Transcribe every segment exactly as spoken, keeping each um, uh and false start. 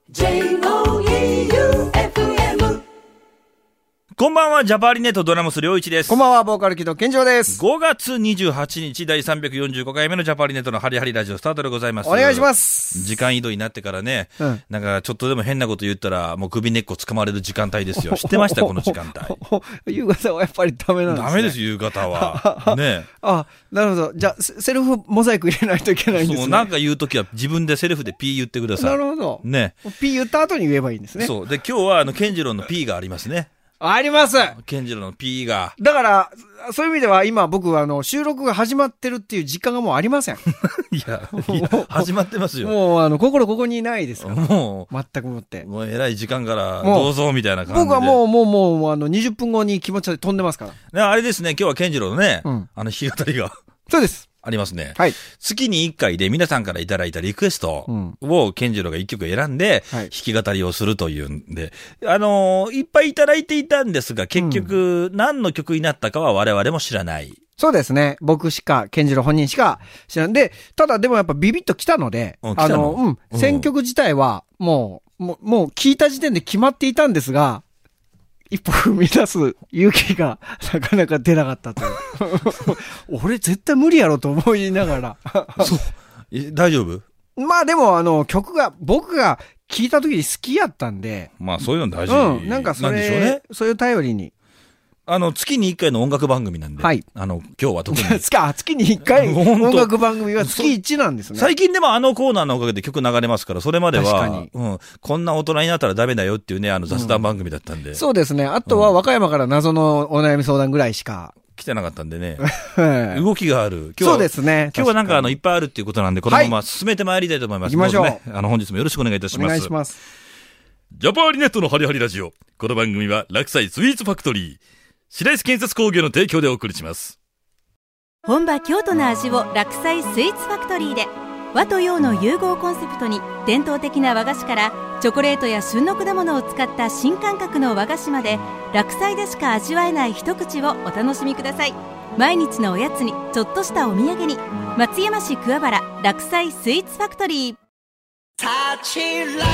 ジェイオーイーユーエフエムこんばんは、ジャパーリネットドラムス良一です。 こんばんは、ボーカルキド健次郎です。 ごがつにじゅうはちにちだいさんびゃくよんじゅうごかいめのジャパーリネットのハリハリラジオスタートでございます。 お願いします。 時間移動になってからね、うん、なんかちょっとでも変なこと言ったらもう首根っこ掴まれる時間帯ですよ。知ってましたこの時間帯。 夕方はやっぱりダメなんですね。 ダメです夕方は。ね。 あ、なるほど。じゃあセルフモザイク入れないといけないんですね。 そう、なんか言うときは自分でセルフで P 言ってください。 なるほど。 ね。 P 言った後に言えばいいんですね。 そう。で今日はあの健次郎の P がありますね。 あります。 健次郎の P が。 だから、そういう意味では今僕はあの収録が始まってるっていう実感がもうありません。 いや、いや始まってますよ。 もうあの、心ここにいないですから。 もう。 全くもって。 もう偉い時間からどうぞみたいな感じで。 僕はもうもうもうあのにじゅっぷんごに気持ちで飛んでますから。 ね、あれですね、今日は健次郎のね、うん、あの弾き語りが。 そうです。 ありますね。 はい。 月にいっかいで皆さんからいただいたリクエストを健次郎がいっきょく選んで弾き語りをするというんで、あのー、いっぱいいただいていたんですが、結局何の曲になったかは我々も知らない。 そうですね。僕しか、健次郎本人しか知らんで、ただでもやっぱビビッと来たので、 うん、あの、 うん、選曲自体はもう、もう、もう聞いた時点で決まっていたんですが、一歩踏み出す勇気がなかなか出なかったという。俺絶対無理やろと思いながら。 そう。大丈夫？ まあでもあの曲が、僕が聞いた時に好きやったんで。 まあそういうの大事。 うん。なんかそれ、なんでしょうね。そういう頼りに。 あの、月にいっかいの音楽番組なんで。 はい。 あの、今日は特に。 月にいっかい音楽番組は月いちなんですね。 最近でもあのコーナーのおかげで曲流れますから、それまでは、確かに。うん。こんな大人になったらダメだよっていうね、あの雑談番組だったんで。 うん、そうですね。あとは和歌山から謎のお悩み相談ぐらいしか。 来てなかったんでね。動きがある。 今日はそうですね。 今日はなんかあの、いっぱいあるっていうことなんで、このまま進めてまいりたいと思います。 行きましょう。 ね、あの、本日もよろしくお願いいたします。 お願いします。 ジャパーリネットのハリハリラジオ。この番組は、落栽スイーツファクトリー。白石建設工業の提供でお送りします。 本場京都の味を落栽スイーツファクトリーで、和と洋の融合コンセプトに伝統的な和菓子からチョコレートや旬の果物を使った新感覚の和菓子まで、落栽でしか味わえない一口をお楽しみください。毎日のおやつにちょっとしたお土産に、松山市桑原落栽スイーツファクトリー。 タッチラ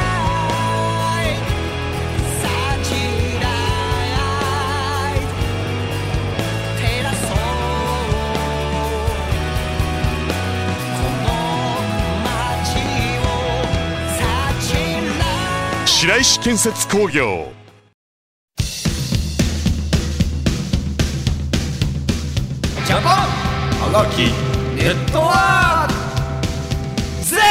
白石建設工業。 ジャパンはがきネットワーク Z。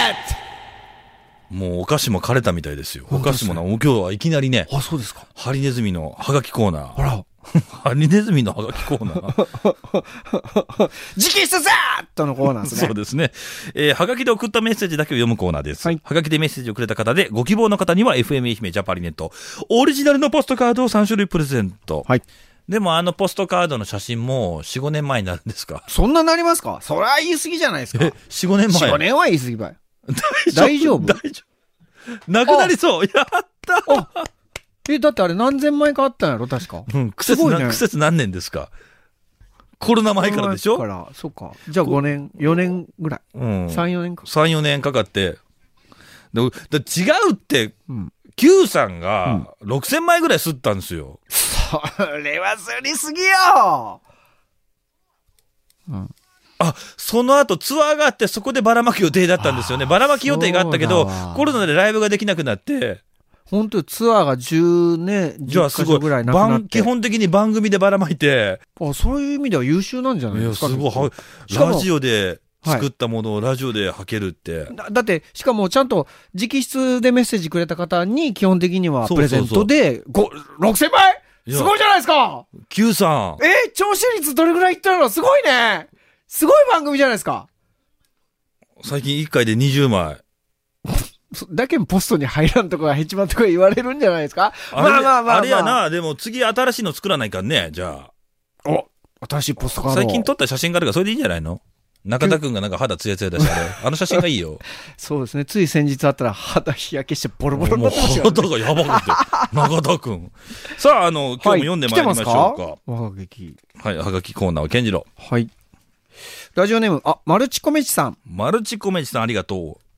もうお菓子も枯れたみたいですよ。お菓子もな、今日はいきなりね。 あ、そうですか。 ハリネズミのはがきコーナー。 あら。 ハリネズミのはがきコーナー。 直筆ザーッとのコーナーですね。 そうですね。えー、はがきで送ったメッセージだけを読むコーナーです。はい。はがきでメッセージをくれた方で、ご希望の方には エフエム 愛媛ジャパリネット、オリジナルのポストカードをさんしゅるいプレゼント。はい。でもあのポストカードの写真もよん、ごねんまえになるんですか？ そんななりますか？それは言い過ぎじゃないですか。 え、よん、ごねんまえ？ よん、ごねんは言い過ぎばい。大丈夫？ 大丈夫。なくなりそう。やったえ、だってあれ何千枚かあったんやろ確か。 うん、季節な、ね、季節何年ですか？コロナ前からでしょ？ から、そうか。じゃあごねん、よねんぐらい。うん。さん、よねんか。 さん、よねんかかって。でだ違うって、うん、Q さんがろくせんまいぐらい吸ったんですよ。 それは吸りすぎよ。 うん。あ、その後ツアーがあってそこでばらまき予定だったんですよね。ばらまき予定があったけど、コロナでライブができなくなって。 本当にツアーがじゅうね、じゅっかしょぐらいなくなって。 基本的に番組でばらまいて。 あ、そういう意味では優秀なんじゃないですか。 いや、すごい。ラジオで作ったものをラジオで吐けるって。 はい、だ, だって、しかもちゃんと直筆でメッセージくれた方に基本的にはプレゼントで、ろくせんまいすごいじゃないですか !Q さん。 え、聴取率どれぐらいいったの？すごいね。すごい番組じゃないですか。 最近いっかいでにじゅうまい。 だけポストに入らんとかヘッジマンとか言われるんじゃないですか。 まあまあまあ、まあ、あれやな、でも次新しいの作らないかんね、じゃあ。 お、新しいポストカード。 最近撮った写真があるからそれでいいんじゃないの？中田くんがなんか肌ツヤツヤだし、あれ。あの写真がいいよ。 そうですね。つい先日あったら肌日焼けしてボロボロになってましたよ、ね。 もう肌がやばくて。中田くん。さあ、あの、今日も読んでまいりましょうか。はい、 はがき。 はい、はがきコーナーは健次郎。 はい。ラジオネーム、あ、マルチコメチさん。 マルチコメチさんありがとう。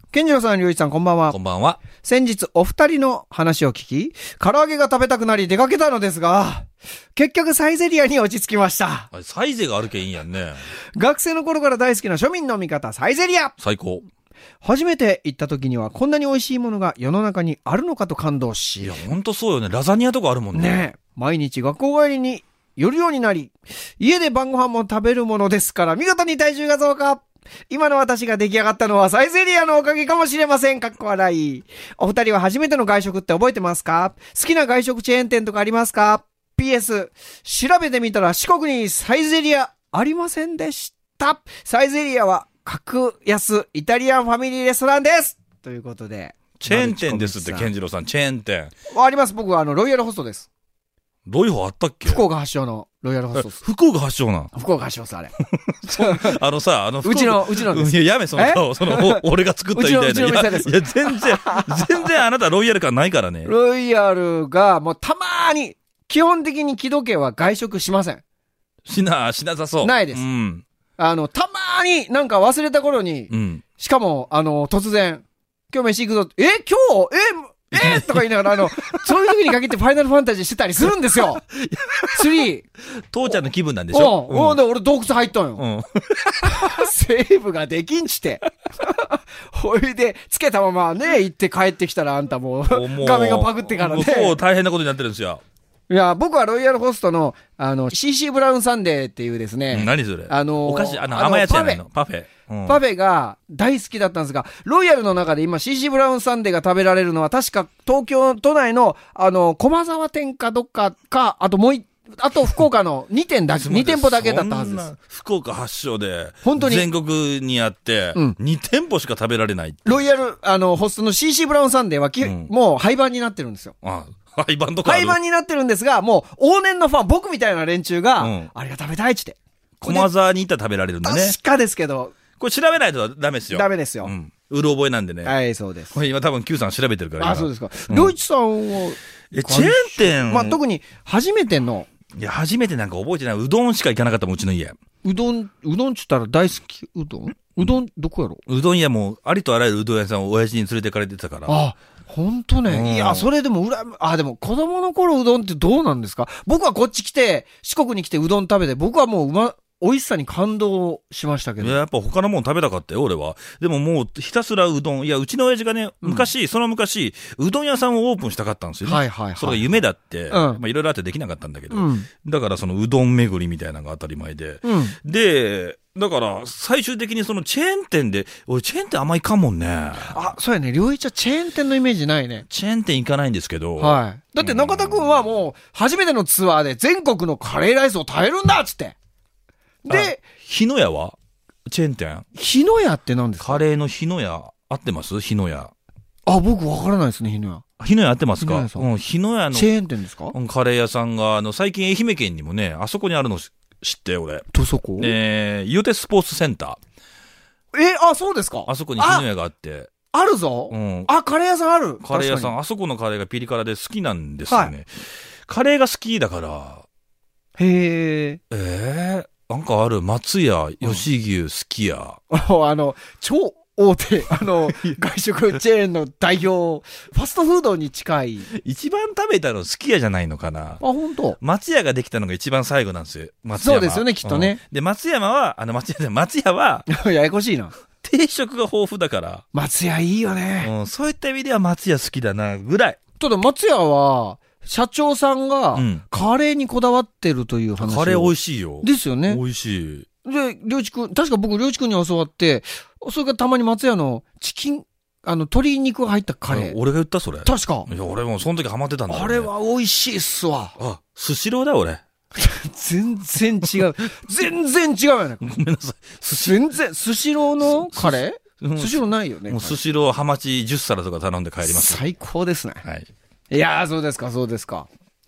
健次郎さん、りょういちさん、こんばんは。 こんばんは。 先日、お二人の話を聞き、唐揚げが食べたくなり出かけたのですが、結局サイゼリアに落ち着きました。 サイゼがあるけんいいんやんね。 学生の頃から大好きな庶民の味方、サイゼリア。 最高。 初めて行った時にはこんなに美味しいものが世の中にあるのかと感動し。 いや、ほんとそうよね。ラザニアとかあるもんね。 ねえ。毎日学校帰りに寄るようになり、家で晩ご飯も食べるものですから、見事に体重が増加。今の私が出来上がったのはサイゼリアのおかげかもしれません。かっこ笑い。お二人は初めての外食って覚えてますか？好きな外食チェーン店とかありますか？ ピーエス 調べてみたら四国にサイゼリアありませんでした。サイゼリアは格安イタリアンファミリーレストランです。ということで。 チェーン店ですって、健次郎さん。チェーン店。 あります。僕はあの、ロイヤルホストです。 どういう方あったっけ？ 福岡発祥のロイヤルホストです。 福岡発祥なん？ 福岡発祥です、あれ。 あのさ、あの、 うちの、うちのです。 いや、やめ、その顔、その、俺が作ったみたいな。 うちの、うちの店です。 いや、全然、全然あなたロイヤル感ないからね。 ロイヤルが、もうたまーに、基本的に木戸家は外食しません。 しな、しなさそう。 ないです。 うん。 あの、たまーになんか忘れた頃に、うん。しかも、あの、突然、今日飯行くぞ、え、今日、え、えー、とか言いながら、あの、そういう時に限ってファイナルファンタジーしてたりするんですよ。スリー。 父ちゃんの気分なんでしょ？ うん。うん、で、俺洞窟入ったんよ。 うん。 セーブができんちて。ほいで、つけたままね、行って帰ってきたらあんたもう、画面がパクってからね。 そう、大変なことになってるんですよ。 いや、僕はロイヤルホストの、あの、シーシー ブラウンサンデーっていうですね。 うん、何それ？ あのー、 お菓子、あの、甘いやつやないの？パフェ。 うん、パフェが大好きだったんですが、ロイヤルの中で今 シーシー ブラウンサンデーが食べられるのは確か東京都内の、あの、駒沢店かどっかか、あともう一、あと福岡のにてんだけ、に店舗だけだったはずです。 福岡発祥で、 本当に全国にあって、うん、に店舗しか食べられない。 ロイヤル、あの、ホストの シーシー ブラウンサンデーはき、うん、もう廃盤になってるんですよ。 ああ、廃盤とかある。 廃盤になってるんですが、もう往年のファン、僕みたいな連中が、うん、あれが食べたいっつって。 駒沢に行ったら食べられるんだね。 確かですけど。 これ調べないとダメですよ。 ダメですよ。 うん。うる覚えなんでね。 はい、そうです。 これ今多分 Q さん調べてるから。 あ、そうですか。りょういちさんは、 え、チェーン店まあ、特に初めての。 いや、初めてなんか覚えてない。うどんしか行かなかったもん、うちの家。 うどん、うどんちったら大好きうどんうどん、どこやろうどん屋も、ありとあらゆるうどん屋さんを親父に連れてかれてたから。 あ、ほんとね。うん、いや、それでも、うら、あ、でも子供の頃うどんってどうなんですか？僕はこっち来て、四国に来てうどん食べて、僕はもううま、美味しさに感動しましたけど。 いや、やっぱ他のもん食べたかったよ、俺は。でももう、ひたすらうどん。いや、うちの親父がね、昔、うん、その昔、うどん屋さんをオープンしたかったんですよね。はいはいはい。それが夢だって、うん、まあいろいろあってできなかったんだけど。うん、だからそのうどん巡りみたいなのが当たり前で。うん、で、だから、最終的にそのチェーン店で、俺チェーン店あんま行かんもんね。 あ、そうやね。りょういちはチェーン店のイメージないね。 チェーン店行かないんですけど。 はい。だって中田くんはもう、初めてのツアーで全国のカレーライスを食べるんだっつって。で、 日野屋はチェーン店日野屋って何ですか？ カレーの日野屋合ってます日野屋。 あ、僕わからないですね、日野屋。 日野屋合ってますか？うん、日野屋の。 チェーン店ですか？ うん、カレー屋さんが、あの、最近愛媛県にもね、あそこにあるの知って、俺。 どそこ？ えー、ゆうてスポーツセンター。え、あ、そうですか？ あそこに日野屋があって。 あるぞ。うん。あ、カレー屋さんある。 カレー屋さん、あそこのカレーがピリ辛で好きなんですよね。はい、カレーが好きだから。 へー。 ええー。なんかある、松屋、吉牛、すき家。 あの、超大手、あの、外食チェーンの代表、ファストフードに近い。 一番食べたのすき家じゃないのかな。あ、 本当。 松屋ができたのが一番最後なんですよ。松屋。 そうですよね、きっとね。 うん、で、松山は、あの、松屋で、松屋は、 ややこしいな。 定食が豊富だから。 松屋いいよね。 うん、そういった意味では松屋好きだな、ぐらい。 ただ松屋は、社長さんが、カレーにこだわってるという話、うん。 カレー美味しいよ。 ですよね。 美味しい。 で、りょうちくん、確か僕、りょうちくんに教わって、それからたまに松屋のチキン、あの、鶏肉が入ったカレー。 俺が言ったそれ。 確か。 いや、俺もその時ハマってたんだ、ね。 あれは美味しいっすわ。 あ、スシローだ、俺。 全然違う。全然違うよね。 ごめんなさい。 全然、スシローのカレースシローないよね。 もうスシローハマチじゅっさらとか頼んで帰ります。 最高ですね。 はい。 いやー、そうですか、そうですか。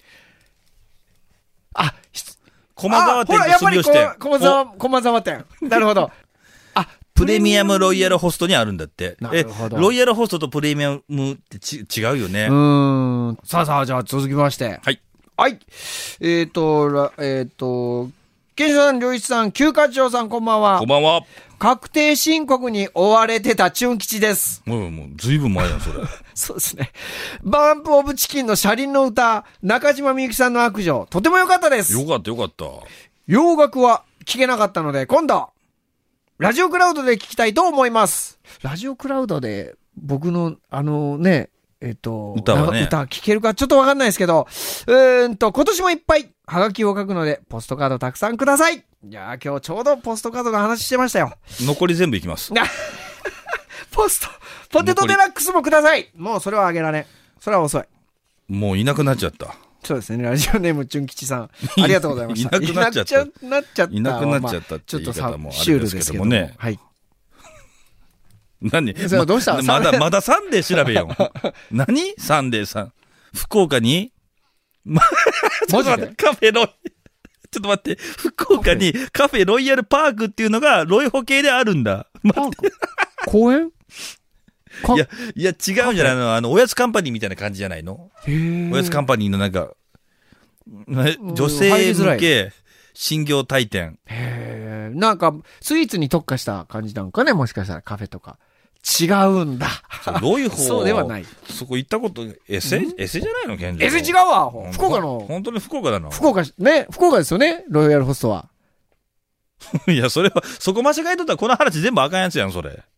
あ、 駒沢店と住吉店。 駒沢、駒沢店。なるほど。あ、 プレミアムロイヤルホストにあるんだって。 なるほど。 え、ロイヤルホストとプレミアムってち違うよね。 うーん。さあさあ、じゃあ続きまして。 はい。 はい。えっ、ー、と、えっ、ー、と、ケンシさん、りょういちさん、旧課長さん、こんばんは。 こんばんは。 確定申告に追われてたチュン吉です。 もう、もう、ずいぶん前やん、それ。 そうですね。バンプオブチキンの車輪の歌、中島みゆきさんの悪女、とても良かったです。 よかったよかった。 洋楽は聞けなかったので、今度、ラジオクラウドで聞きたいと思います。ラジオクラウドで、僕の、あのね、えっと、 歌はね。 歌聞けるかちょっとわかんないですけど、うーんと、今年もいっぱい、はがきを書くので、ポストカードたくさんください。いやー、今日ちょうどポストカードの話してましたよ。 残り全部いきます。 ポスト、ポテトデラックスもください。もうそれはあげられん。それは遅い。 もういなくなっちゃった。 そうですね。ラジオネーム、純吉さん。ありがとうございました。 いなくなっちゃった。 いなっちゃった。 いなくなっちゃったって言い方もあるんですけどもね。 はい。 何それどうしたまだ、まだサンデー調べよ。何サンデーさん。福岡にま、ちょっと待って、カフェロイ、ちょっと待って、福岡にカフェロイヤルパークっていうのがロイホ系であるんだ。 パーク公園いや、いや違うんじゃないのあの、おやつカンパニーみたいな感じじゃないのおやつカンパニーのなんか、女性向け、新業体店。 へー。なんか、スイーツに特化した感じなんかねもしかしたらカフェとか。違うんだ。 どういう方そうではない。 そこ行ったこと、エセエセじゃないの健エセ違うわ福岡の。 本当に福岡だな。 福岡、ね、福岡ですよねロイヤルホストは。 いや、それは、そこ間違えとったらこの話全部あかんやつやん、それ。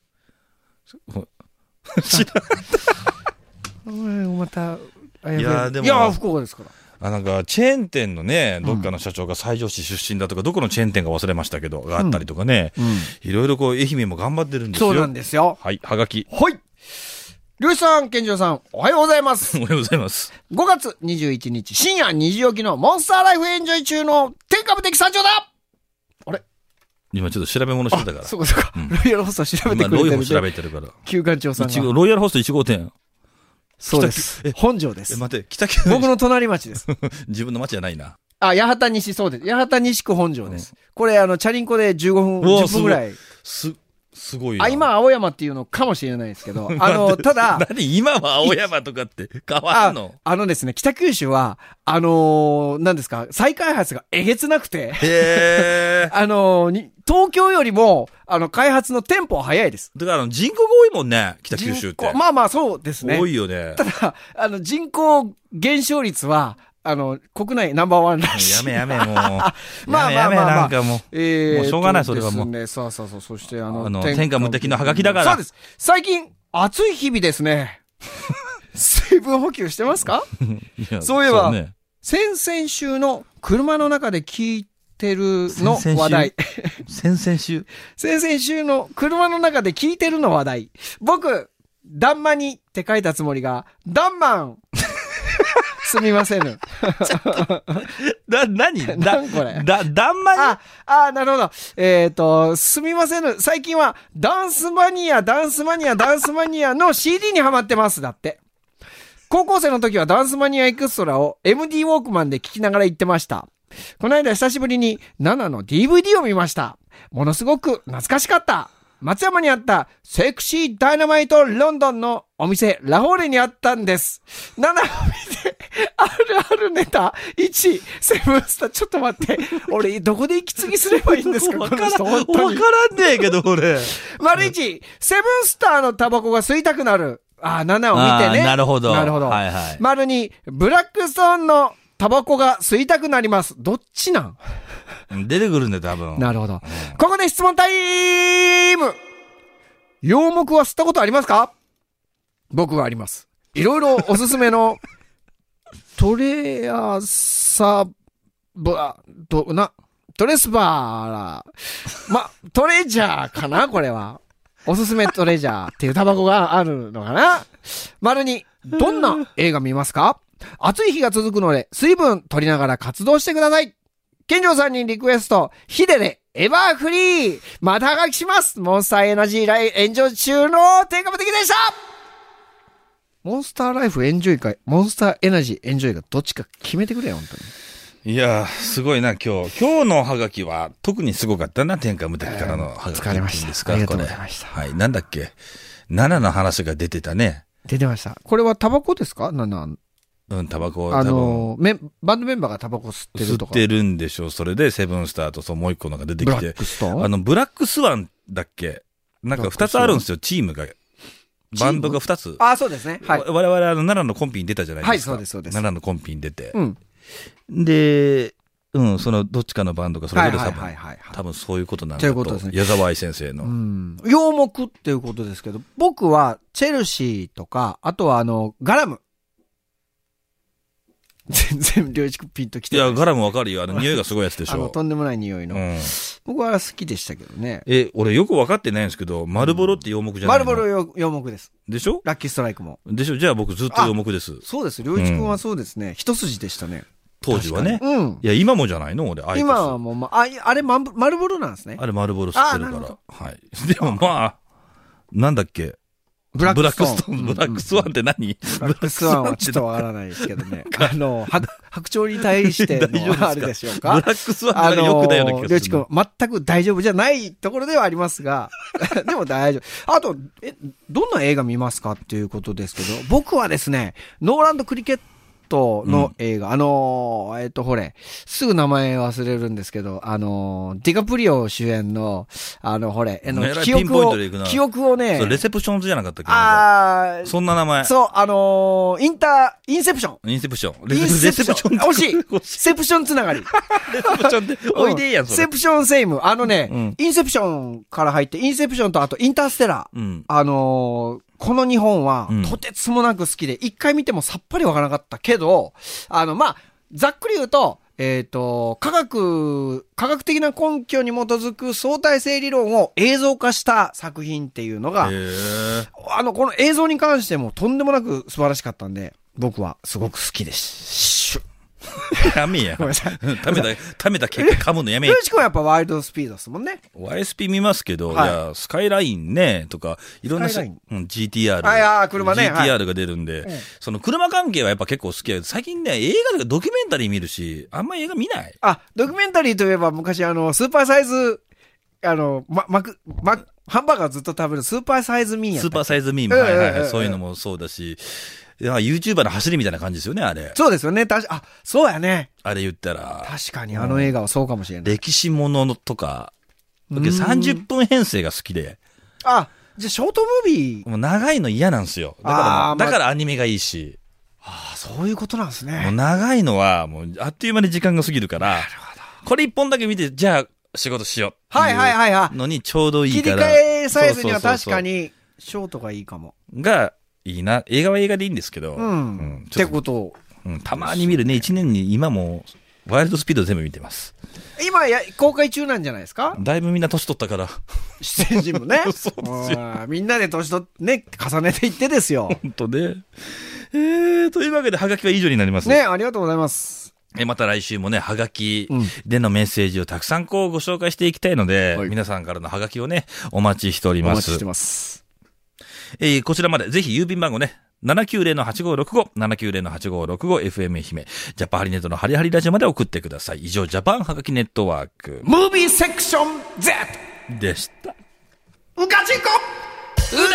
知らん。 また、 いや、でも。 いや、福岡ですから。 あ、なんか、チェーン店のね、どっかの社長が西条市出身だとか、うん、どこのチェーン店か忘れましたけど、があったりとかね、うんうん、いろいろこう、愛媛も頑張ってるんですよ。 そうなんですよ。 はい、はがき。 はい。りょうしさん、健常さん、おはようございます。 おはようございます。 ごがつにじゅういちにち、深夜にじ起きのモンスターライフエンジョイ中の天下無敵山頂だ。あれ今ちょっと調べ物してたから。 そうかそうか。うん、ロイヤルホスト調べてくれてる。 ロイヤルホスト調べてるから。 旧館長さんが。 ロイヤルホストいち号店。 そうです。本庄です。 え、待って、北九僕の隣町です。 自分の町じゃないな。 あ、八幡西、そうです。八幡西区本庄です。うん、これ、あの、チャリンコでじゅうごふん、じゅっぷんぐらい。 す、すごいな。 あ、今、青山っていうのかもしれないですけど、あの、ただ。 何今は青山とかって変わるの？ あ、あのですね、北九州は、あのー、何ですか、再開発がえげつなくて。 へー。 あのー、東京よりも、あの、開発のテンポは早いです。 だから、人口が多いもんね、北九州って。 まあまあ、そうですね。 多いよね。 ただ、あの、人口減少率は、あの、国内ナンバーワンらしい。 やめやめ、もう。まあまあまあまあ、まあ、 なんかもう。えー、もうしょうがない、それはもう。 ね、そうそうそう、そしてあの、 あの、天下無敵のハガキだから。 そうです。最近、暑い日々ですね。水分補給してますか？そういえば、そうね、先々週の車の中で聞いてるの話題。 先々週先々週の車の中で聞いてるの話題。僕、ダンマニって書いたつもりが、ダンマンすみません。 な、なにだ、これ。 だ、ダンマニあ、あ、なるほど。えっ、ー、と、すみません。最近は、ダンスマニア、ダンスマニア、ダンスマニアの シーディー にハマってます。だって。高校生の時はダンスマニアエクストラを エムディー ウォークマンで聞きながら行ってました。この間久しぶりにナナの ディーブイディー を見ました。ものすごく懐かしかった。松山にあったセクシーダイナマイトロンドンのお店ラフォーレにあったんです。ナナを見て、あるあるネタいち、セブンスター、ちょっと待って。俺、どこで息継ぎすればいいんですかわからん、わからんねえけど、俺。 丸いち、セブンスターのタバコが吸いたくなる。あ、ななを見てね。 なるほど。 なるほど。 はいはい。 丸に、ブラックストーンのタバコが吸いたくなります。どっちなん出てくるんだよ、多分。 なるほど。うん、ここで質問タイム！洋木は吸ったことありますか？僕はあります。いろいろおすすめの、トレアサバ、ど、な、トレスバーラ、ま、トレジャーかなこれは。おすすめトレジャーっていうタバコがあるのかな。丸に、どんな映画見ますか？暑い日が続くので、水分取りながら活動してください。健常さんにリクエスト、ヒデでエバーフリーまたはがきします。モンスターエナジーライフエンジョイ中の天下無敵でした。モンスターライフエンジョイか、モンスターエナジーエンジョイがどっちか決めてくれよ、本当に。いやー、すごいな、今日。今日のハガキは特にすごかったな、天下無敵からのハガキ。 疲れました。 ですか？ ありがとうございました。 はい、なんだっけ。ななの話が出てたね。 出てました。これはタバコですか？なな。 うん、タバコ。 あのー、メバンドメンバーがタバコ吸ってるとか。 吸ってるんでしょう。それで、セブンスターとそう、もう一個のが出てきて。 ブラックストーンあの、ブラックスワンだっけなんか二つあるんですよ、チームが。バンドが二つ。 あ、そうですね。はい。 我々、あの、奈良のコンピに出たじゃないですか。 はい、そうです、そうです。 奈良のコンピに出て。 うん。 で、うん、その、どっちかのバンドがそれぞれ多分、 はいはいはいはい、 多分そういうことなんだと。 ということですね。 矢沢愛先生の。 うん。洋木っていうことですけど、僕は、チェルシーとか、あとはあの、ガラム。全然、りょういちくんピンときていや、ガラムわかるよ。あの、匂いがすごいやつでしょ。 あの、とんでもない匂いの。うん、僕は好きでしたけどね。 え、俺よくわかってないんですけど、マルボロって洋木じゃないの？ マルボロ洋木です。 でしょ？ ラッキーストライクも。 でしょ？じゃあ僕ずっと洋木です。 そうです。りょういちくんはそうですね。うん、一筋でしたね。 当時はね。 うん。 いや、今もじゃないの俺、アイコス。 今はもう、まあ、あれ、マルボロなんですね。 あれ、マルボロ吸ってるから。はい。でもまあ、なんだっけ。 ブラックストーン。 ブラックスワンって何？ ブラックスワンはちょっとわからないですけどね。あの、白鳥に対してのあれでしょうか。 ブラックスワンがよくだような気がする。 りょういちくん、全く大丈夫じゃないところではありますが、でも大丈夫。あと、え、どんな映画見ますかっていうことですけど、僕はですね、ノーランドクリケットの映画、うん、あのー、えっと、ほれ、すぐ名前忘れるんですけど、あのー、ディカプリオ主演の、あの、ほれ、あの、記憶を、記憶をね、 そう、レセプションズじゃなかったっけ？ ああ、そんな名前。 そう、あのー、インター、インセプション。 インセプション。 レセプション。惜しい。セプションつながり。 レセプションって、おいでいいやん、それ。 セプションセイム。あのね、うん、インセプションから入って、インセプションとあとインターステラー。うん、あのー、この日本は、とてつもなく好きで、一、うん、回見てもさっぱりわからなかったけど、あの、まあ、ざっくり言うと、えっ、ー、と、科学、科学的な根拠に基づく相対性理論を映像化した作品っていうのが、あの、この映像に関してもとんでもなく素晴らしかったんで、僕はすごく好きです。 ダメや。ごめんなさい。食べた、食べた結果噛むのやめ。 よしくんはやっぱワイルドスピードですもんね。 ワイエスピー 見ますけど、はい、いや、スカイラインね、とか、いろんな、うん、ジーティーアール。 あ、いや、車ね。 ジーティーアール が出るんで、はい、その車関係はやっぱ結構好きや。最近ね、映画とかドキュメンタリー見るし、あんま映画見ない。 あ、ドキュメンタリーといえば昔あの、スーパーサイズ、あの、ま、まく、ま、ハンバーガーずっと食べるスーパーサイズミーや。 スーパーサイズミーも、はいはいはい、そういうのもそうだし、いや、YouTuber の走りみたいな感じですよね、あれ。 そうですよね。たし、あ、そうやね。 あれ言ったら。 確かにあの映画はそうかもしれない。 歴史ものとか、さんじゅっぷん編成が好きで。 あ、じゃあショートムービー。 もう長いの嫌なんですよ。だから、だからアニメがいいし。 ああ、そういうことなんですね。 もう長いのは、もうあっという間に時間が過ぎるから。なるほど。これ一本だけ見て、じゃあ仕事しよう。 はいはいはいはい。 のにちょうどいいから。 切り替えサイズには確かに、ショートがいいかも。 が、いいな。映画は映画でいいんですけど。 うん。うん、ってことを、 うん。たまに見るね。一年に今も、ワイルドスピード全部見てます。 今や、公開中なんじゃないですか？ だいぶみんな年取ったから。 出演陣もね。 そうですよ。 みんなで年取って、ね、重ねていってですよ。 本当ね。えー、というわけで、ハガキは以上になります。 ね、ありがとうございます。 え、また来週もね、ハガキでのメッセージをたくさんこうご紹介していきたいので、うん、皆さんからのハガキをね、お待ちしております。お待ちしてます。 えー、こちらまでぜひ郵便番号ね、ななきゅうぜろのはちごろくご、ななきゅうぜろのはちごろくご、エフエム 愛媛、ジャパハリネットのハリハリラジオまで送ってください。以上、ジャパンハガキネットワーク。 ムービーセクション Z! でした。 うかちこ歌相撲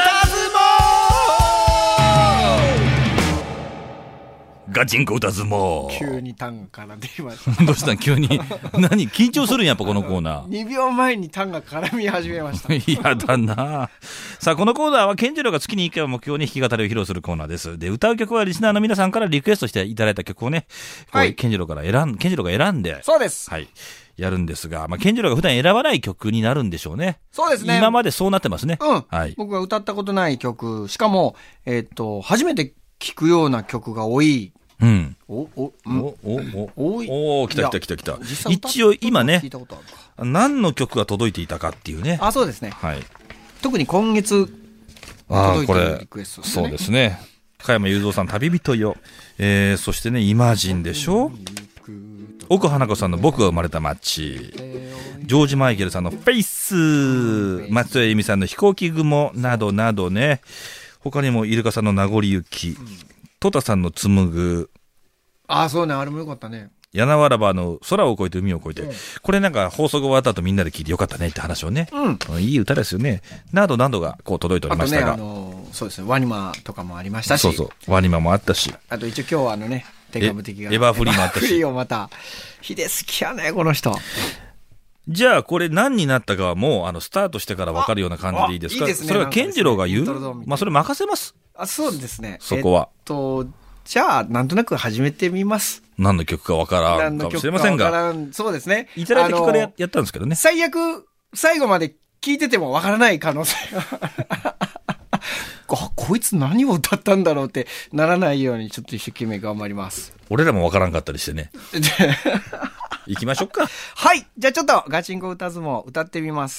ガチンコ歌相撲。 急にタンから出ました。 どうしたん急に。何緊張するんやっぱこのコーナー。 にびょうまえにタンが絡み始めました。 嫌だなさあ、このコーナーは、ケンジロが月にいっかいを目標に弾き語りを披露するコーナーです。で、歌う曲はリスナーの皆さんからリクエストしていただいた曲をね、はい、ケンジロから選ん、ケンジロが選んで。 そうです。 はい。やるんですが、まあ、ケンジロが普段選ばない曲になるんでしょうね。 そうですね。 今までそうなってますね。 うん。はい。僕が歌ったことない曲、しかも、えー、っと、初めて聴くような曲が多い。 うん。 お、お、 うん、お、お、お、 多い。 お、来た来た来た来た。一応今ね、何の曲が届いていたかっていうね。 あ、そうですね。 はい。 特に今月、届いてるリクエストですね。そうですね。加山雄三さん、旅人よ。えー、そしてね、イマジンでしょ。奥花子さんの僕が生まれた街。ジョージ・マイケルさんのフェイス。松江由美さんの飛行機雲などなどね。他にもイルカさんの名残雪。トタさんの紡ぐ。 ああ、そうね。あれもよかったね。 柳原場の空を越えて海を越えて。うん、これなんか放送が終わった後みんなで聞いてよかったねって話をね。うん。いい歌ですよね。などなどがこう届いておりましたが。 あとね、あのー、 そうですね。ワニマとかもありましたし。 そうそう。ワニマもあったし。 あと一応今日はあのね、天下無敵が。 エバーフリーもあったし。 エバーフリーをまた。秀好きやね、この人。 じゃあ、これ何になったかはもう、あの、スタートしてから分かるような感じでいいですか？いいですね。それは健次郎が言う？まあ、それ任せます。 あ、そうですね。 そこは。 えっと、じゃあ、なんとなく始めてみます。 何の曲か分からんかもしれませんが。 そうですね。 いただいた曲からやったんですけどね。 最悪、最後まで聞いてても分からない可能性が。あ、こいつ何を歌ったんだろうってならないようにちょっと一生懸命頑張ります。 俺らも分からんかったりしてね。行きましょうか。 はい。じゃあちょっとガチンコ歌相撲歌ってみます。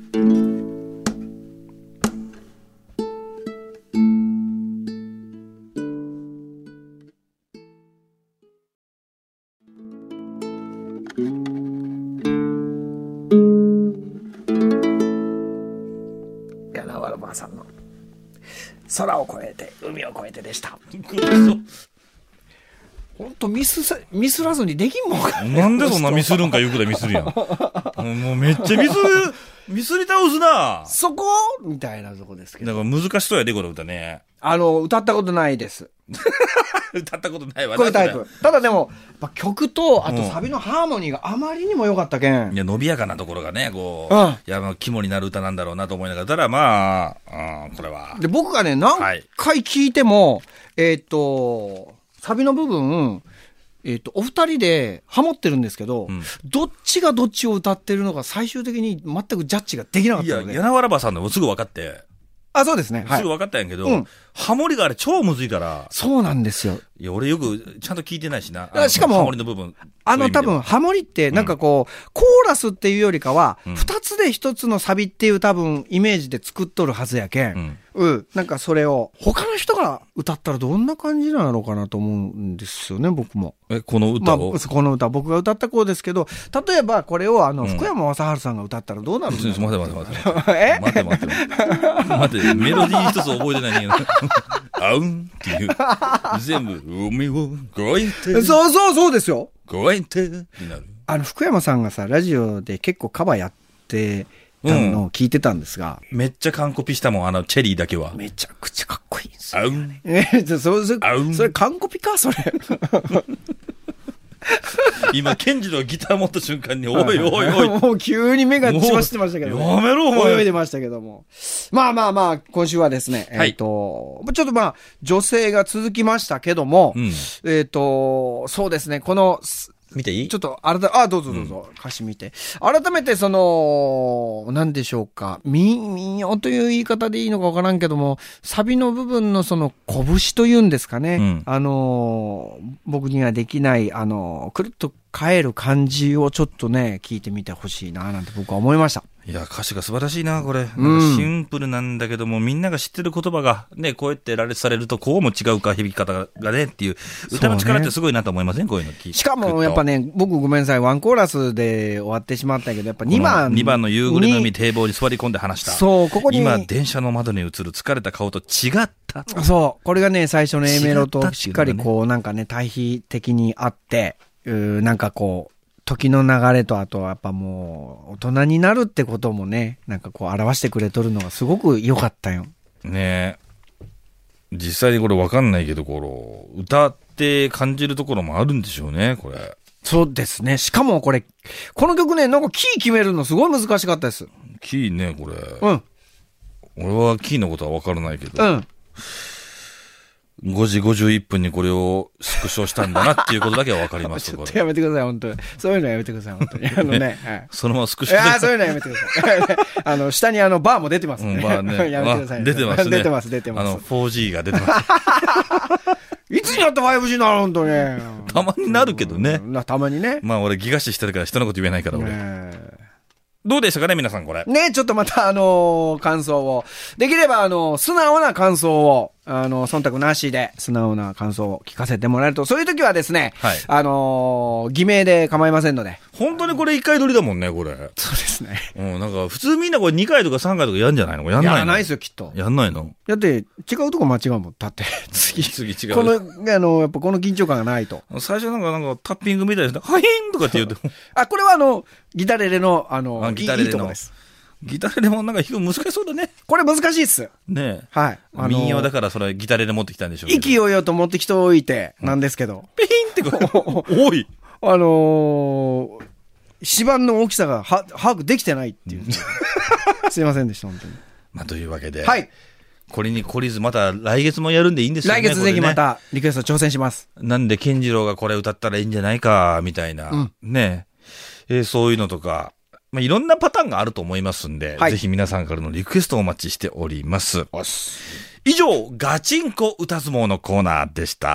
柳原ばあさんの空を越えて海を越えてでした。ほんとミスさ、ミスらずにできんもんか、 ね、なんでそんなミスるんか言うくらいミスるやん。もうめっちゃミスる、ミスり倒すな。 そこみたいなとこですけど。 だから難しそうやで、この歌ね。 あの、歌ったことないです。 歌ったことないわ。 こういうタイプ。ただでも、曲と、あとサビのハーモニーがあまりにも良かったけん。 いや、伸びやかなところがね、こう、うん、いや、まあ、肝になる歌なんだろうなと思いながら、ただまあ、うん、これは。 で、僕がね、何回聞いても、はい、えっと、サビの部分、えっと、お二人でハモってるんですけど、うん、どっちがどっちを歌ってるのか最終的に全くジャッジができなかったので。 いや、柳原ばさんのもすぐ分かって。 あ、そうですね。 すぐ分かったんやけど、はいうん、ハモリがあれ超むずいから。 そうなんですよ。 いや、俺よくちゃんと聞いてないしな。 しかも、 ハモリの部分。 あの多分、ハモリってなんかこう、うん、コーラスっていうよりかは、二、うん、つで一つのサビっていう多分、イメージで作っとるはずやけん。うんうん。なんかそれを、他の人が歌ったらどんな感じなのかなと思うんですよね、僕も。 え、この歌を、 まあ、この歌、僕が歌った子ですけど、例えばこれをあの、うん、福山雅治さんが歌ったらどうなるんですか？ 待て待て待て。え待て待て待て。待て、メロディー一つ覚えてないねん。あうんっていう。全部、海を越えて。 そうそうそうですよ。 越えてになる。 あの、福山さんがさ、ラジオで結構カバーやって、たのを聞いてたんですが、 うん、めっちゃ完コピしたもん、あのチェリーだけは。 めちゃくちゃかっこいいんですよ、ね。えー、そそそそれ完コピかそれ。 今ケンジのギター持った瞬間においおいおい、 もう急に目が血走ってましたけど、ね、 やめろお前。 泳いでましたけども、まあまあまあ今週はですね、はい、えっ、ー、とちょっとまあ女性が続きましたけども、うん、えっ、ー、とそうですね、この見ていい？ ちょっと、改め、あ、どうぞどうぞ、うん、歌詞見て。改めて、その、なんでしょうか。民、民謡という言い方でいいのかわからんけども、サビの部分のその、拳というんですかね。うん、あの、僕にはできない、あの、くるっと帰る感じをちょっとね、聞いてみてほしいな、なんて僕は思いました。 いや、歌詞が素晴らしいな、これ。なんかシンプルなんだけども、うん、みんなが知ってる言葉が、ね、こうやって羅列されると、こうも違うか、響き方がね、っていう、歌の力ってすごいなと思いません、ね、こういうの聞いて。 しかも、やっぱね、僕ごめんなさい、ワンコーラスで終わってしまったけど、やっぱにばん。 にばんの夕暮れの海堤防に座り込んで話した。 そう、ここに。 今、電車の窓に映る疲れた顔と違った。 そう、これがね、最初の A メロとしっかりこう、なんかね、対比的にあって、うなんかこう、時の流れと、あとはやっぱもう、大人になるってこともね、なんかこう表してくれとるのがすごく良かったよ。 ねえ。実際にこれわかんないけど、この、歌って感じるところもあるんでしょうね、これ。 そうですね。しかもこれ、この曲ね、なんかキー決めるのすごい難しかったです。 キーね、これ。 うん。 俺はキーのことはわからないけど。 うん。 ごじごじゅういっぷんにこれをスクショしたんだなっていうことだけは分かりますちょっとやめてください、本当に。そういうのやめてください、本当に。あのね。はい、 そのままスクショああ、そういうのやめてください。あの、下にあの、バーも出てますね。 うん、バーね。 やめてください、ね。 出てますね。 出てます、出てます。 あの、フォージー が出てます。 いつになった ファイブジー なの、本当に。 たまになるけどね。 うん、たまにね。 まあ俺、ギガ視してるから人のこと言えないから、俺。どうでしたかね、皆さん、これ。 ね、ちょっとまた、あのー、感想を。できれば、あのー、素直な感想を、あのー、忖度なしで、素直な感想を聞かせてもらえると、そういう時はですね、はい、あのー、偽名で構いませんので。 本当にこれ一回撮りだもんね、これ。 そうですね。 うん、なんか、普通みんなこれにかいとかさんかいとかやんじゃないの？やんないの？ やらないですよ、きっと。 やんないの？ だって、違うとこ間違うもん。だって、次。 次違う。 この、あの、やっぱこの緊張感がないと。 最初なんか、なんか、タッピングみたいですね。はひんとかって言うと。 あ、これはあの、ギタレレの、あの、 あギタレレの。いいとこです。 ギタレレもなんか弾くの難しそうだね。 これ難しいっす。 ねえ。 はい。 あのー、民謡だからそれギタレレ持ってきたんでしょうけど。 意気揚々と持ってきておいて、なんですけど。 ピヒンってこう、多い。 あのー、指板の大きさがは把握できてないっていう。すいませんでした、本当に。 まあ、というわけで。 はい。 これに懲りず、また来月もやるんでいいんですよね。 来月ぜひまたリクエスト挑戦します。 ね、なんで、健次郎がこれ歌ったらいいんじゃないか、みたいな。うん、ねえー。そういうのとか、まあ、いろんなパターンがあると思いますんで、はい、ぜひ皆さんからのリクエストをお待ちしております。以上、ガチンコ歌相撲のコーナーでした。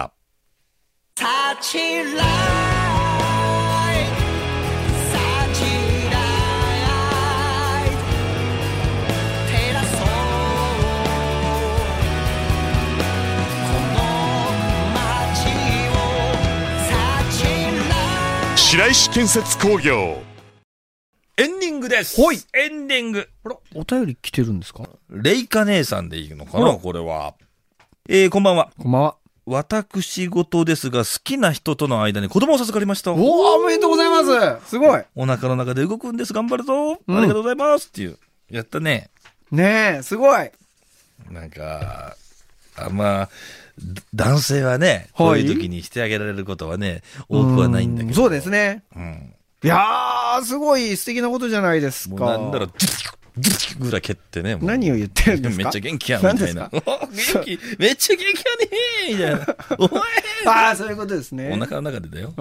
白石建設工業エンディングです。 ほい。 エンディング。 あら、お便り来てるんですか？ レイカ姉さんでいいのかな、これは。えー、こんばんは。 こんばんは。 私事ですが、好きな人との間に子供を授かりました。 おー、おめでとうございます。すごい。 お腹の中で動くんです。頑張るぞ、うん。ありがとうございます。っていう。やったね。 ねえ、すごい。 なんか、あまあ、男性はね、こういう時にしてあげられることはね、多くはないんだけど。 そうですね。 うん。 いやー、すごい素敵なことじゃないですか。 もうなんだろう、ギュッぐらい蹴ってね。 何を言ってるんですか？ めっちゃ元気やん、みたいな。元気、めっちゃ元気やねーみたいな。お前ああ、そういうことですね。 お腹の中でだよ。 うん。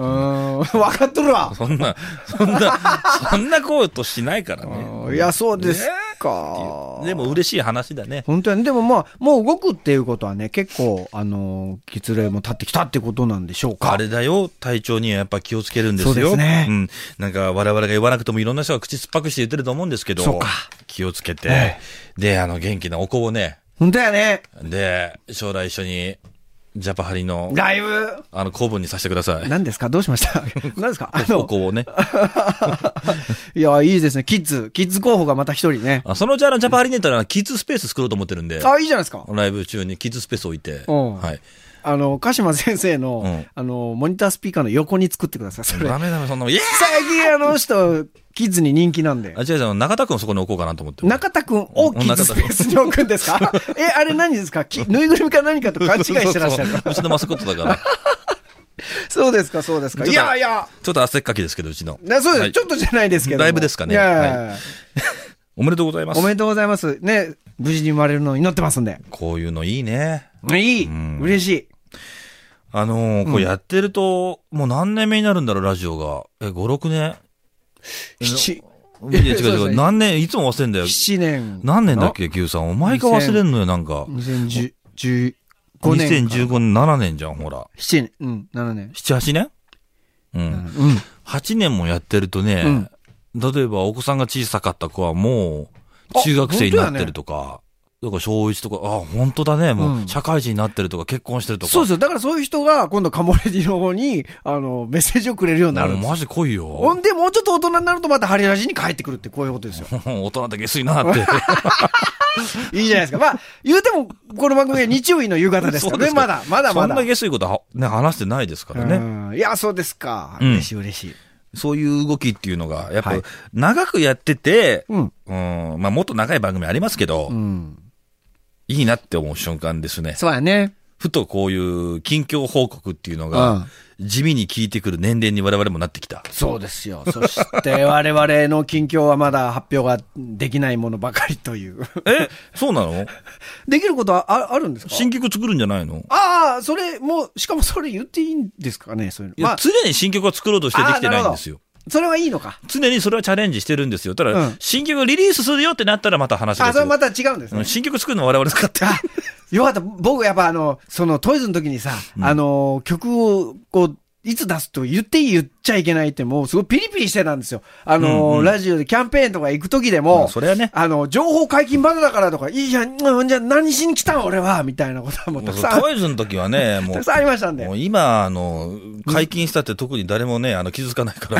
分かっとるわ。 そんな、そんな、そんなことしないからね。 いや、そうですか。 でも嬉しい話だね。 本当に。でもまあ、もう動くっていうことはね、結構、あの、血流も立ってきたってことなんでしょうか。 あれだよ、体調にはやっぱ気をつけるんですよ。そうですね。うん。なんか、我々が言わなくてもいろんな人が口酸っぱくして言ってると思うんですけど。 そうか。 気をつけて、ええ、で、あの、元気なお子をね。 本当やね。 で、将来一緒に、ジャパハリの、 ライブあの、公文にさせてください。 何ですか？どうしました？何ですか？あの、 お子をね。 いや、いいですね。キッズ、キッズ候補がまた一人ね。 あ、そのうちあの、ジャパハリネットはキッズスペース作ろうと思ってるんで。 あ、いいじゃないですか。 ライブ中にキッズスペース置いて。はい。 あの、鹿島先生の、うん、あの、モニタースピーカーの横に作ってください。それ。 ダメダメ、そんなもん。 最近あの人、キッズに人気なんで。 あ、違う違う、中田くんそこに置こうかなと思って。 中田くんをキッズスペースに置くんですか？え、あれ何ですか？ぬいぐるみか何かと勘違いしてらっしゃる。 うちのマスコットだから。 そうですか、そうですか。いやいや。 ちょっと汗っかきですけど、うちの。 そうです、はい、ちょっとじゃないですけど。 ライブですかね。 いやいやいや、 はい、おめでとうございます。 おめでとうございます。ね、無事に生まれるのを祈ってますんで。 こういうのいいね。 いい、うん、嬉しい。 あのー、こうやってると、もう何年目になるんだろう、ラジオが。え、ご、ろくねん？ 七。 いや、違う違う。何年、いつも忘れんだよ。 七年。 何年だっけ、Q さん。お前が忘れんのよ、なんか。 にせんじゅうごねん。 にせんじゅうごねん、ななねんじゃん、ほら。 七年、うん、ななねん。 七、八年うん。うん。はちねんもやってるとね、うん、例えばお子さんが小さかった子はもう、中学生になってるとか、だから小一とか、あ、本当だね。もう、社会人になってるとか、結婚してるとか。 そうですよ。だからそういう人が、今度カモレディの方に、あの、メッセージをくれるようになるんですよ。 マジ来いよ。 ほんで、もうちょっと大人になるとまたハリラジに帰ってくるって、こういうことですよ。 大人って下水なって。 いいじゃないですか。まあ、言うても、この番組は日曜日の夕方ですからね。まだ、まだまだ。 そんな下水ことは、ね、話してないですからね。 いや、そうですか。嬉しい嬉しい。 そういう動きっていうのが、やっぱ、長くやってて、うん。まあ、もっと長い番組ありますけど、うん。いいなって思う瞬間ですね。 そうやね。 ふとこういう近況報告っていうのが、地味に聞いてくる年齢に我々もなってきた。 そうですよ。そして我々の近況はまだ発表ができないものばかりという。 え、そうなの？ できることは あ, あるんですか？ 新曲作るんじゃないの？ ああ、それもう、しかもそれ言っていいんですかね、そういうの。 いや、まあ、常に新曲を作ろうとしてできてないんですよ。 それはいいのか。 常にそれはチャレンジしてるんですよ。ただ、うん、新曲リリースするよってなったらまた話ですよ。 あ、それまた違うんですね。 新曲作るのは我々使って。 よかった。僕やっぱあの、そのトイズの時にさ、うん、あの、曲をこう、いつ出すと言っていい言っちゃいけないってもうすごいピリピリしてたんですよ。あの、うんうん、ラジオでキャンペーンとか行く時でも、 まあ、それはね。 あの、情報解禁まだだからとか、いいじゃん、うん、じゃあ何しに来たん俺はみたいなことはもうたくさん。 トイズの時はね、もう。 たくさんありましたんで。 もう今、あの、解禁したって特に誰もね、あの、気づかないから。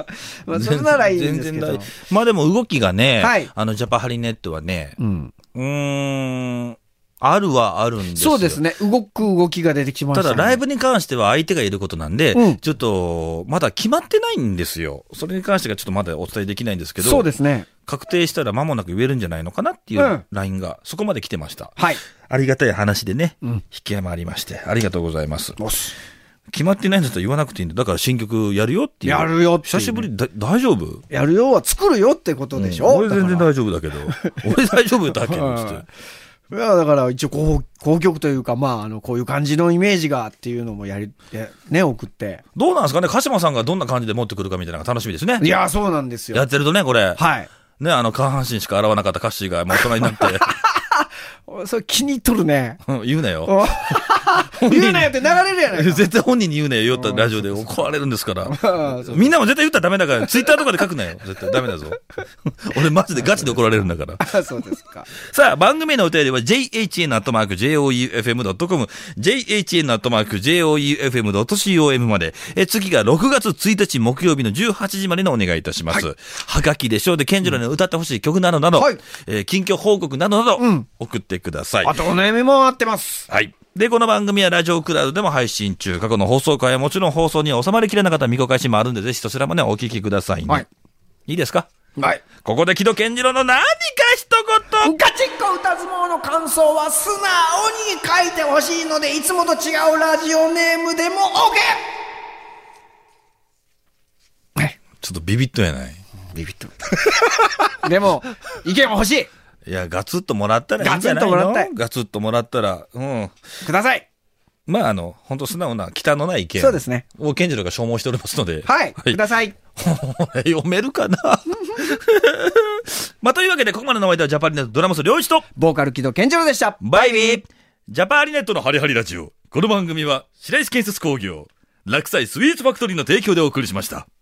まあ、それならいいんですけど。全然大まあでも動きがね、 はい、 あの、ジャパハリネットはね、うん。うーん。あるはあるんですよ。 そうですね。動く動きが出てきましたね。 ただライブに関しては相手がいることなんで、うん、ちょっと、まだ決まってないんですよ。それに関してはちょっとまだお伝えできないんですけど。 そうですね。 確定したら間もなく言えるんじゃないのかなっていうラインが、そこまで来てました。 はい。 ありがたい話でね、 うん、 引き山ありまして、ありがとうございます。決まってないんだったら言わなくていいんだ。だから新曲やるよっていう。 やるよっていう。 久しぶりだ、大丈夫？ やるよは作るよってことでしょ、 うん、俺全然大丈夫だけど。俺大丈夫だけど、つって。 いや、だから一応こう、公曲というか、まあ、あの、こういう感じのイメージがっていうのもやり、ね、送って。 どうなんですかね、鹿島さんがどんな感じで持ってくるかみたいなのが楽しみですね。 いや、そうなんですよ。 やってるとね、これ。 はい。 ね、あの、下半身しか洗わなかったカッシーがもう大人になって。 それ気に入っとるね。 うん、言うなよ。 言うなよって流れるやないか。 絶対本人に言うなよ、言ったラジオで怒られるんですから。みんなも絶対言ったらダメだから、ツイッターとかで書くなよ。絶対ダメだぞ。俺マジでガチで怒られるんだから。 そうですか。 さあ、番組のお便りは ジェイエイチエヌ アットマーク ジェイオーユーエフエム ドットコム、ジェイエイチエヌ アットマーク ジェイオーユーエフエム ドットコム まで、え、次がろくがつついたち木曜日のじゅうはちじまでのお願いいたします。はい、はがきでしょうで、ケンジロに歌ってほしい曲などなど、はい、えー、近況報告などなど、うん、送ってください。 あとお悩みも待ってます。 はい。で、この番組はラジオクラウドでも配信中。過去の放送回はもちろん放送には収まりきれなかった未公開シーンもあるんで、ぜひそちらもね、お聞きくださいね。はい。いいですか？ はい。 ここで木戸健次郎の何か一言。 ガチンコ歌相撲の感想は素直に書いてほしいので、いつもと違うラジオネームでも OK！ ちょっとビビッとやない。 ビビッと。でも、意見は欲しい。 いや、ガツッともらったらいいんじゃないの？ガツッともらったい。ガツッともらったら、うん。 ください。 まあ、あの、本当素直な、汚ない意見。 そうですね。 を健次郎が消耗しておりますので。 はい。はい、ください。 読めるかなまあ、というわけで、ここまでのお相手はジャパリネットドラムス両一と、 ボーカル木戸健次郎でした。 バイビー。ジャパリネットのハリハリラジオ。この番組は、白石建設工業、落栽スイーツファクトリーの提供でお送りしました。